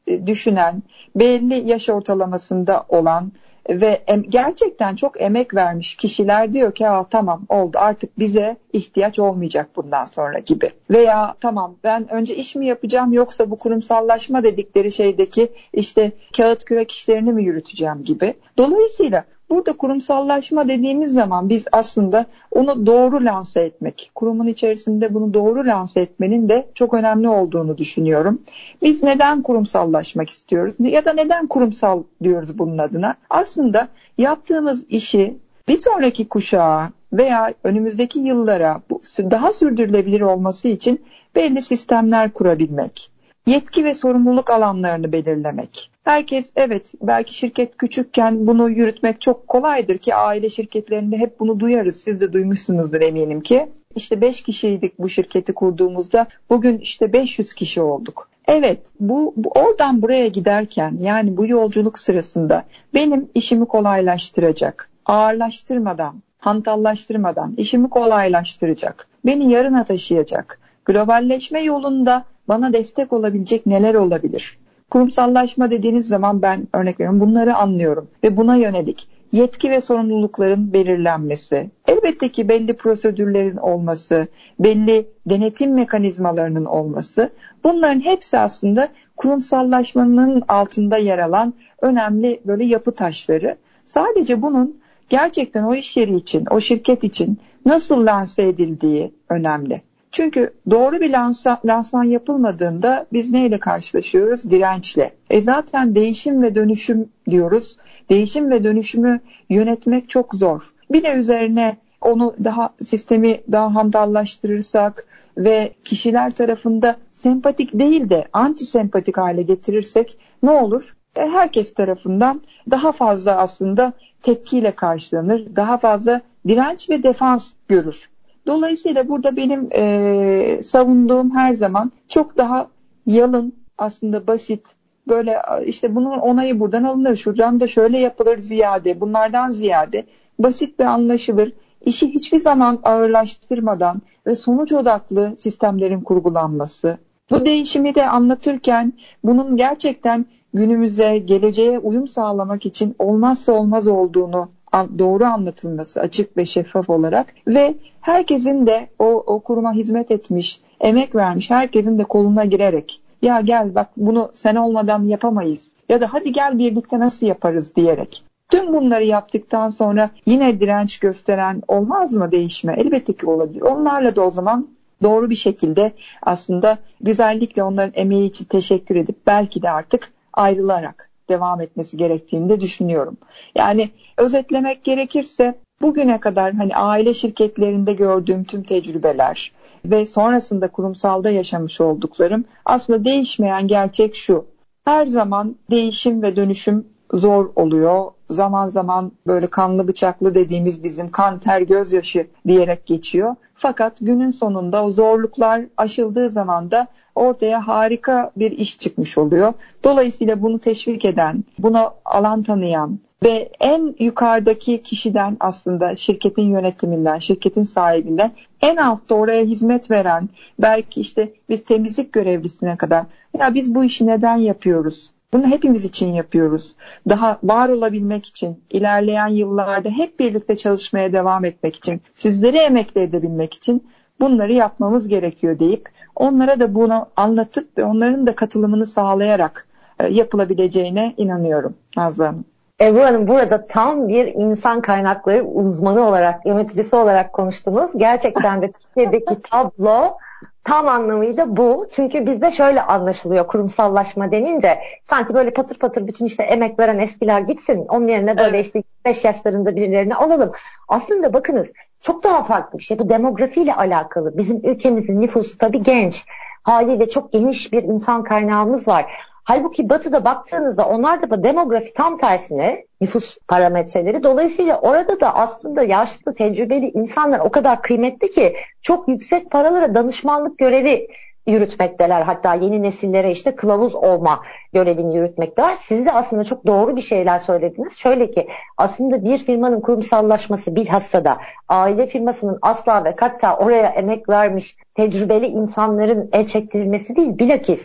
[SPEAKER 3] düşünen, belli yaş ortalamasında olan ve em- gerçekten çok emek vermiş kişiler diyor ki Aa, tamam oldu artık bize ihtiyaç olmayacak bundan sonra gibi. Veya tamam ben önce iş mi yapacağım yoksa bu kurumsallaşma dedikleri şeydeki işte kağıt kürek işlerini mi yürüteceğim gibi. Dolayısıyla burada kurumsallaşma dediğimiz zaman biz aslında onu doğru lanse etmek, kurumun içerisinde bunu doğru lanse etmenin de çok önemli olduğunu düşünüyorum. Biz neden kurumsallaşmak istiyoruz ya da neden kurumsal diyoruz bunun adına? Aslında yaptığımız işi bir sonraki kuşağa veya önümüzdeki yıllara daha sürdürülebilir olması için belli sistemler kurabilmek, yetki ve sorumluluk alanlarını belirlemek. Herkes evet belki şirket küçükken bunu yürütmek çok kolaydır ki aile şirketlerinde hep bunu duyarız. Siz de duymuşsunuzdur eminim ki. İşte beş kişiydik bu şirketi kurduğumuzda bugün işte beş yüz kişi olduk. Evet bu, bu oradan buraya giderken yani bu yolculuk sırasında benim işimi kolaylaştıracak, ağırlaştırmadan, hantallaştırmadan işimi kolaylaştıracak, beni yarına taşıyacak, globalleşme yolunda bana destek olabilecek neler olabilir? Kurumsallaşma dediğiniz zaman ben örnek veriyorum bunları anlıyorum ve buna yönelik yetki ve sorumlulukların belirlenmesi, elbette ki belli prosedürlerin olması, belli denetim mekanizmalarının olması, bunların hepsi aslında kurumsallaşmanın altında yer alan önemli böyle yapı taşları. Sadece bunun gerçekten o iş yeri için, o şirket için nasıl lanse edildiği önemli. Çünkü doğru bir lansa, lansman yapılmadığında biz neyle karşılaşıyoruz? Dirençle. E zaten değişim ve dönüşüm diyoruz. Değişim ve dönüşümü yönetmek çok zor. Bir de üzerine onu daha sistemi daha hantallaştırırsak ve kişiler tarafında sempatik değil de anti sempatik hale getirirsek ne olur? E herkes tarafından daha fazla aslında tepkiyle karşılanır. Daha fazla direnç ve defans görür. Dolayısıyla burada benim e, savunduğum her zaman çok daha yalın, aslında basit, böyle işte bunun onayı buradan alınır, şuradan da şöyle yapılır ziyade, bunlardan ziyade basit ve anlaşılır, işi hiçbir zaman ağırlaştırmadan ve sonuç odaklı sistemlerin kurgulanması. Bu değişimi de anlatırken bunun gerçekten günümüze, geleceğe uyum sağlamak için olmazsa olmaz olduğunu doğru anlatılması açık ve şeffaf olarak ve herkesin de o, o kuruma hizmet etmiş, emek vermiş herkesin de koluna girerek ya gel bak bunu sen olmadan yapamayız ya da hadi gel birlikte nasıl yaparız diyerek. Tüm bunları yaptıktan sonra yine direnç gösteren olmaz mı değişme? Elbette ki olabilir. Onlarla da o zaman doğru bir şekilde aslında güzellikle onların emeği için teşekkür edip belki de artık ayrılarak devam etmesi gerektiğini de düşünüyorum. Yani özetlemek gerekirse bugüne kadar hani aile şirketlerinde gördüğüm tüm tecrübeler ve sonrasında kurumsalda yaşamış olduklarım aslında değişmeyen gerçek şu. Her zaman değişim ve dönüşüm zor oluyor. Zaman zaman böyle kanlı bıçaklı dediğimiz bizim kan, ter, gözyaşı diyerek geçiyor. Fakat günün sonunda o zorluklar aşıldığı zaman da ortaya harika bir iş çıkmış oluyor. Dolayısıyla bunu teşvik eden, buna alan tanıyan ve en yukarıdaki kişiden aslında şirketin yönetiminden, şirketin sahibinden en altta oraya hizmet veren, belki işte bir temizlik görevlisine kadar ya biz bu işi neden yapıyoruz? Bunu hepimiz için yapıyoruz. Daha var olabilmek için, ilerleyen yıllarda hep birlikte çalışmaya devam etmek için, sizleri emekli edebilmek için bunları yapmamız gerekiyor deyip onlara da bunu anlatıp ve onların da katılımını sağlayarak yapılabileceğine inanıyorum Nazlı Hanım.
[SPEAKER 2] Ebru Hanım burada tam bir insan kaynakları uzmanı olarak, yöneticisi olarak konuştunuz. Gerçekten de Türkiye'deki tablo tam anlamıyla bu. Çünkü bizde şöyle anlaşılıyor kurumsallaşma denince sanki böyle patır patır bütün işte emek veren eskiler gitsin. Onun yerine böyle evet. işte beş yaşlarında birilerini alalım. Aslında bakınız çok daha farklı bir şey. Bu demografiyle alakalı. Bizim ülkemizin nüfusu tabii genç. Haliyle çok geniş bir insan kaynağımız var. Halbuki Batı'da baktığınızda onlarda da demografi tam tersine nüfus parametreleri. Dolayısıyla orada da aslında yaşlı, tecrübeli insanlar o kadar kıymetli ki çok yüksek paralara danışmanlık görevi yürütmekteler. Hatta yeni nesillere işte kılavuz olma görevini yürütmekteler. Siz de aslında çok doğru bir şeyler söylediniz. Şöyle ki aslında bir firmanın kurumsallaşması bilhassa da aile firmasının asla ve hatta oraya emek vermiş tecrübeli insanların el çektirilmesi değil. Bilakis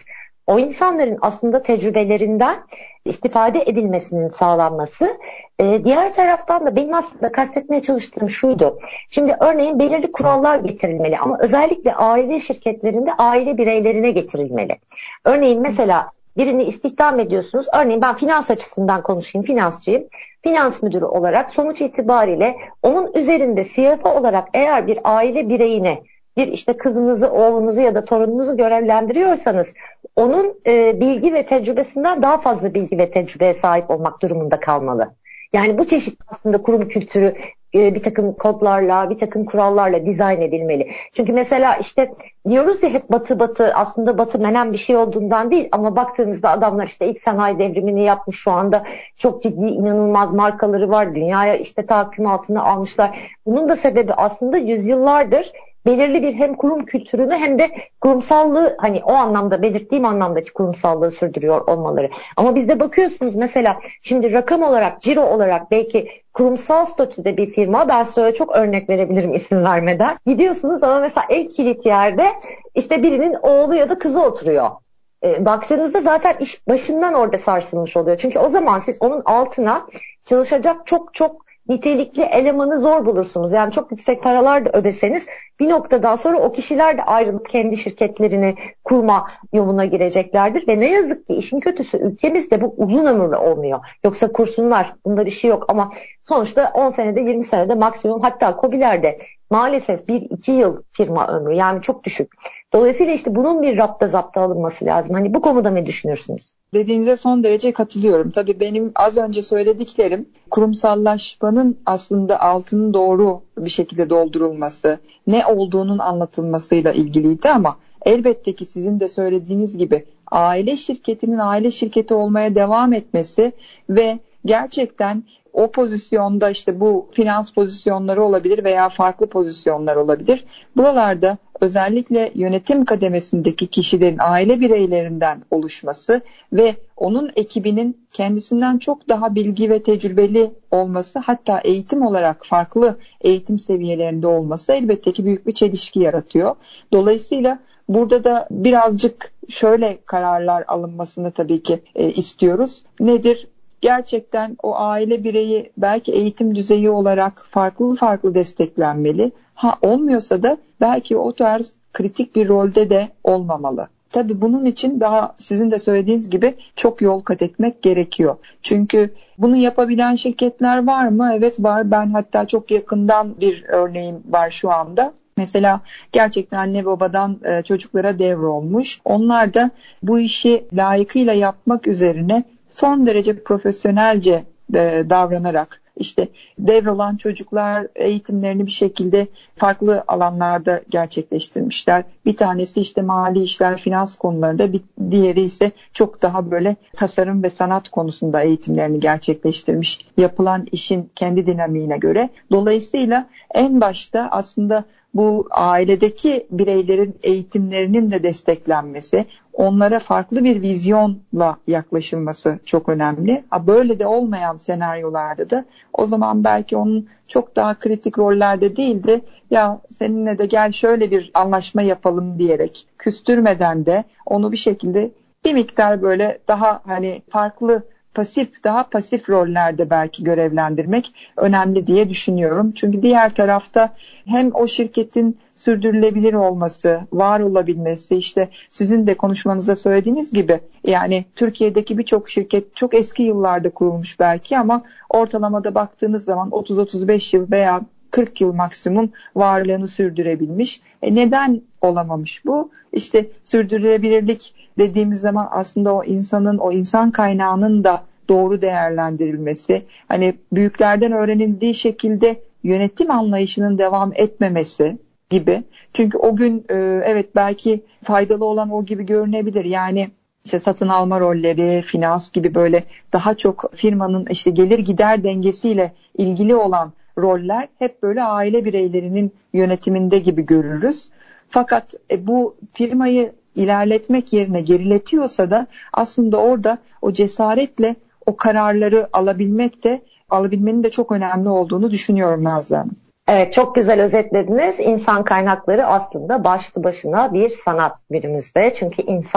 [SPEAKER 2] o insanların aslında tecrübelerinden istifade edilmesinin sağlanması. Ee, diğer taraftan da benim aslında kastetmeye çalıştığım şuydu. Şimdi örneğin belirli kurallar getirilmeli ama özellikle aile şirketlerinde aile bireylerine getirilmeli. Örneğin mesela birini istihdam ediyorsunuz. Örneğin ben finans açısından konuşayım, finansçıyım. Finans müdürü olarak sonuç itibariyle onun üzerinde C F O olarak eğer bir aile bireyine, bir işte kızınızı, oğlunuzu ya da torununuzu görevlendiriyorsanız onun e, bilgi ve tecrübesinden daha fazla bilgi ve tecrübeye sahip olmak durumunda kalmalı. Yani bu çeşit aslında kurum kültürü e, bir takım kodlarla, bir takım kurallarla dizayn edilmeli. Çünkü mesela işte diyoruz ya hep batı batı, aslında batı menen bir şey olduğundan değil ama baktığınızda adamlar işte ilk sanayi devrimini yapmış, şu anda çok ciddi inanılmaz markaları var. Dünyaya işte tahakküm altına almışlar. Bunun da sebebi aslında yüzyıllardır belirli bir hem kurum kültürünü hem de kurumsallığı, hani o anlamda belirttiğim anlamdaki kurumsallığı sürdürüyor olmaları. Ama bizde bakıyorsunuz mesela şimdi rakam olarak, ciro olarak belki kurumsal statüde bir firma, ben size çok örnek verebilirim isim vermeden. Gidiyorsunuz ama mesela en kilit yerde işte birinin oğlu ya da kızı oturuyor. E, baktığınızda zaten iş başından orada sarsılmış oluyor. Çünkü o zaman siz onun altına çalışacak çok çok nitelikli elemanı zor bulursunuz. Yani çok yüksek paralar da ödeseniz bir noktadan sonra o kişiler de ayrılıp kendi şirketlerini kurma yoluna gireceklerdir. Ve ne yazık ki işin kötüsü ülkemizde bu uzun ömürlü olmuyor. Yoksa kursunlar, bunlar işi yok ama sonuçta on senede yirmi senede maksimum, hatta KOBİ'lerde maalesef bir iki yıl firma ömrü, yani çok düşük. Dolayısıyla işte bunun bir rapta zapta alınması lazım. Hani bu konuda ne düşünürsünüz?
[SPEAKER 3] Dediğinize son derece katılıyorum. Tabii benim az önce söylediklerim kurumsallaşmanın aslında altının doğru bir şekilde doldurulması, ne olduğunun anlatılmasıyla ilgiliydi ama elbette ki sizin de söylediğiniz gibi aile şirketinin aile şirketi olmaya devam etmesi ve gerçekten o pozisyonda işte bu finans pozisyonları olabilir veya farklı pozisyonlar olabilir. Buralarda özellikle yönetim kademesindeki kişilerin aile bireylerinden oluşması ve onun ekibinin kendisinden çok daha bilgi ve tecrübeli olması, hatta eğitim olarak farklı eğitim seviyelerinde olması elbette ki büyük bir çelişki yaratıyor. Dolayısıyla burada da birazcık şöyle kararlar alınmasını tabii ki e, istiyoruz. Nedir? Gerçekten o aile bireyi belki eğitim düzeyi olarak farklı farklı desteklenmeli. Ha olmuyorsa da belki o tarz kritik bir rolde de olmamalı. Tabii bunun için daha sizin de söylediğiniz gibi çok yol kat etmek gerekiyor. Çünkü bunu yapabilen şirketler var mı? Evet var. Ben hatta çok yakından bir örneğim var şu anda. Mesela gerçekten anne babadan çocuklara devrolmuş. Onlar da bu işi layıkıyla yapmak üzerine son derece profesyonelce davranarak işte devrolan çocuklar eğitimlerini bir şekilde farklı alanlarda gerçekleştirmişler. Bir tanesi işte mali işler, finans konularında, bir diğeri ise çok daha böyle tasarım ve sanat konusunda eğitimlerini gerçekleştirmiş. Yapılan işin kendi dinamiğine göre. Dolayısıyla en başta aslında bu ailedeki bireylerin eğitimlerinin de desteklenmesi, onlara farklı bir vizyonla yaklaşılması çok önemli. Ha, böyle de olmayan senaryolarda da o zaman belki onun çok daha kritik rollerde değil de ya seninle de gel şöyle bir anlaşma yapalım diyerek küstürmeden de onu bir şekilde bir miktar böyle daha hani farklı pasif, daha pasif rollerde belki görevlendirmek önemli diye düşünüyorum. Çünkü diğer tarafta hem o şirketin sürdürülebilir olması, var olabilmesi, işte sizin de konuşmanızda söylediğiniz gibi yani Türkiye'deki birçok şirket çok eski yıllarda kurulmuş belki ama ortalamada baktığınız zaman otuz otuz beş yıl veya kırk yıl maksimum varlığını sürdürebilmiş. E neden olamamış bu? İşte sürdürülebilirlik dediğimiz zaman aslında o insanın, o insan kaynağının da doğru değerlendirilmesi, hani büyüklerden öğrenildiği şekilde yönetim anlayışının devam etmemesi gibi. Çünkü o gün evet belki faydalı olan o gibi görünebilir. Yani işte satın alma rolleri, finans gibi böyle daha çok firmanın işte gelir gider dengesiyle ilgili olan roller hep böyle aile bireylerinin yönetiminde gibi görürüz. Fakat e, bu firmayı ilerletmek yerine geriletiyorsa da aslında orada o cesaretle o kararları alabilmek de alabilmenin de çok önemli olduğunu düşünüyorum Nazlı Hanım.
[SPEAKER 2] Evet, çok güzel özetlediniz. İnsan kaynakları aslında başlı başına bir sanat günümüzde. Çünkü insan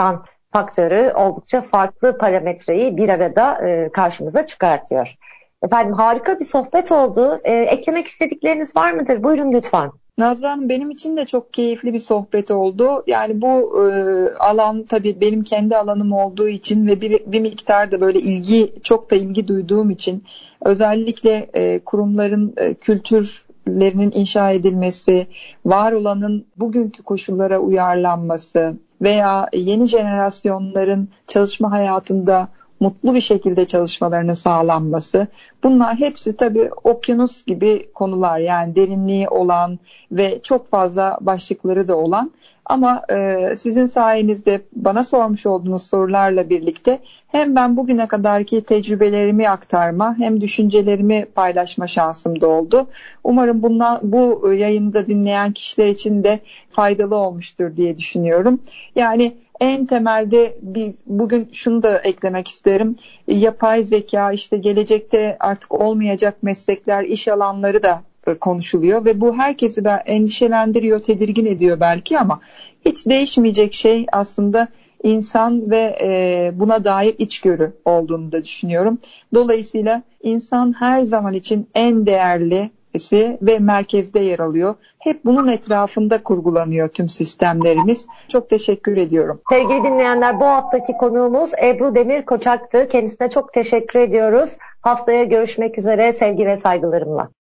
[SPEAKER 2] faktörü oldukça farklı parametreyi bir arada e, karşımıza çıkartıyor. Efendim harika bir sohbet oldu. E, eklemek istedikleriniz var mıdır? Buyurun lütfen.
[SPEAKER 3] Nazlı Hanım, benim için de çok keyifli bir sohbet oldu. Yani bu e, alan tabii benim kendi alanım olduğu için ve bir, bir miktar da böyle ilgi, çok da ilgi duyduğum için özellikle e, kurumların e, kültürlerinin inşa edilmesi, var olanın bugünkü koşullara uyarlanması veya yeni jenerasyonların çalışma hayatında mutlu bir şekilde çalışmalarının sağlanması. Bunlar hepsi tabii okyanus gibi konular, yani derinliği olan ve çok fazla başlıkları da olan. Ama e, sizin sayenizde bana sormuş olduğunuz sorularla birlikte hem ben bugüne kadarki tecrübelerimi aktarma hem düşüncelerimi paylaşma şansım da oldu. Umarım bundan, bu yayını dinleyen kişiler için de faydalı olmuştur diye düşünüyorum. Yani en temelde biz bugün şunu da eklemek isterim. Yapay zeka, işte gelecekte artık olmayacak meslekler, iş alanları da konuşuluyor ve bu herkesi endişelendiriyor, tedirgin ediyor belki, ama hiç değişmeyecek şey aslında insan ve buna dair içgörü olduğunu da düşünüyorum. Dolayısıyla insan her zaman için en değerli ve merkezde yer alıyor. Hep bunun etrafında kurgulanıyor tüm sistemlerimiz. Çok teşekkür ediyorum.
[SPEAKER 2] Sevgili dinleyenler, bu haftaki konuğumuz Ebru Demir Koçak'tı. Kendisine çok teşekkür ediyoruz. Haftaya görüşmek üzere, sevgi ve saygılarımla.